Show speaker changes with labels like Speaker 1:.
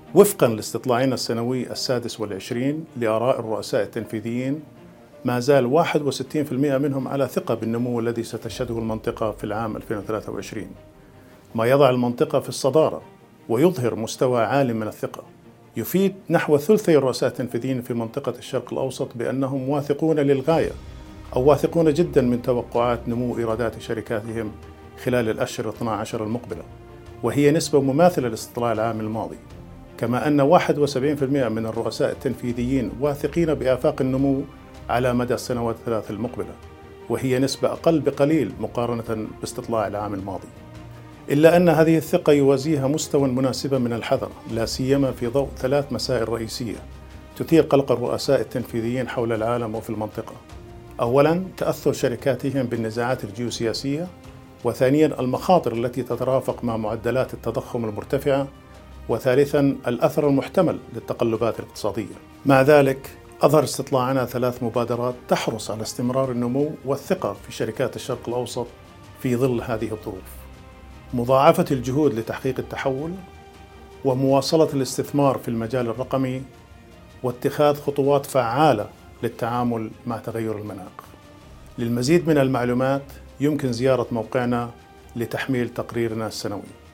Speaker 1: وفقا لاستطلاعنا السنوي السادس والعشرين لآراء الرؤساء التنفيذيين، ما زال 61% منهم على ثقة بالنمو الذي ستشهده المنطقة في العام 2023، ما يضع المنطقة في الصدارة ويظهر مستوى عال من الثقة. يفيد نحو ثلثي الرؤساء التنفيذيين في منطقة الشرق الأوسط بأنهم واثقون للغاية أو واثقون جدا من توقعات نمو إيرادات شركاتهم خلال الأشهر 12 المقبلة، وهي نسبة مماثلة للاستطلاع العام الماضي. كما أن 71% من الرؤساء التنفيذيين واثقين بآفاق النمو على مدى السنوات الثلاث المقبلة، وهي نسبة أقل بقليل مقارنة باستطلاع العام الماضي. إلا أن هذه الثقة يوازيها مستوى مناسبا من الحذر، لا سيما في ضوء 3 مسائل رئيسية تثير قلق الرؤساء التنفيذيين حول العالم وفي المنطقة. أولا، تأثر شركاتهم بالنزاعات الجيوسياسية، وثانيا المخاطر التي تترافق مع معدلات التضخم المرتفعة، وثالثا الأثر المحتمل للتقلبات الاقتصادية. مع ذلك أظهر استطلاعنا 3 مبادرات تحرص على استمرار النمو والثقة في شركات الشرق الأوسط في ظل هذه الظروف: مضاعفة الجهود لتحقيق التحول، ومواصلة الاستثمار في المجال الرقمي، واتخاذ خطوات فعالة للتعامل مع تغير المناخ. للمزيد من المعلومات يمكن زيارة موقعنا لتحميل تقريرنا السنوي.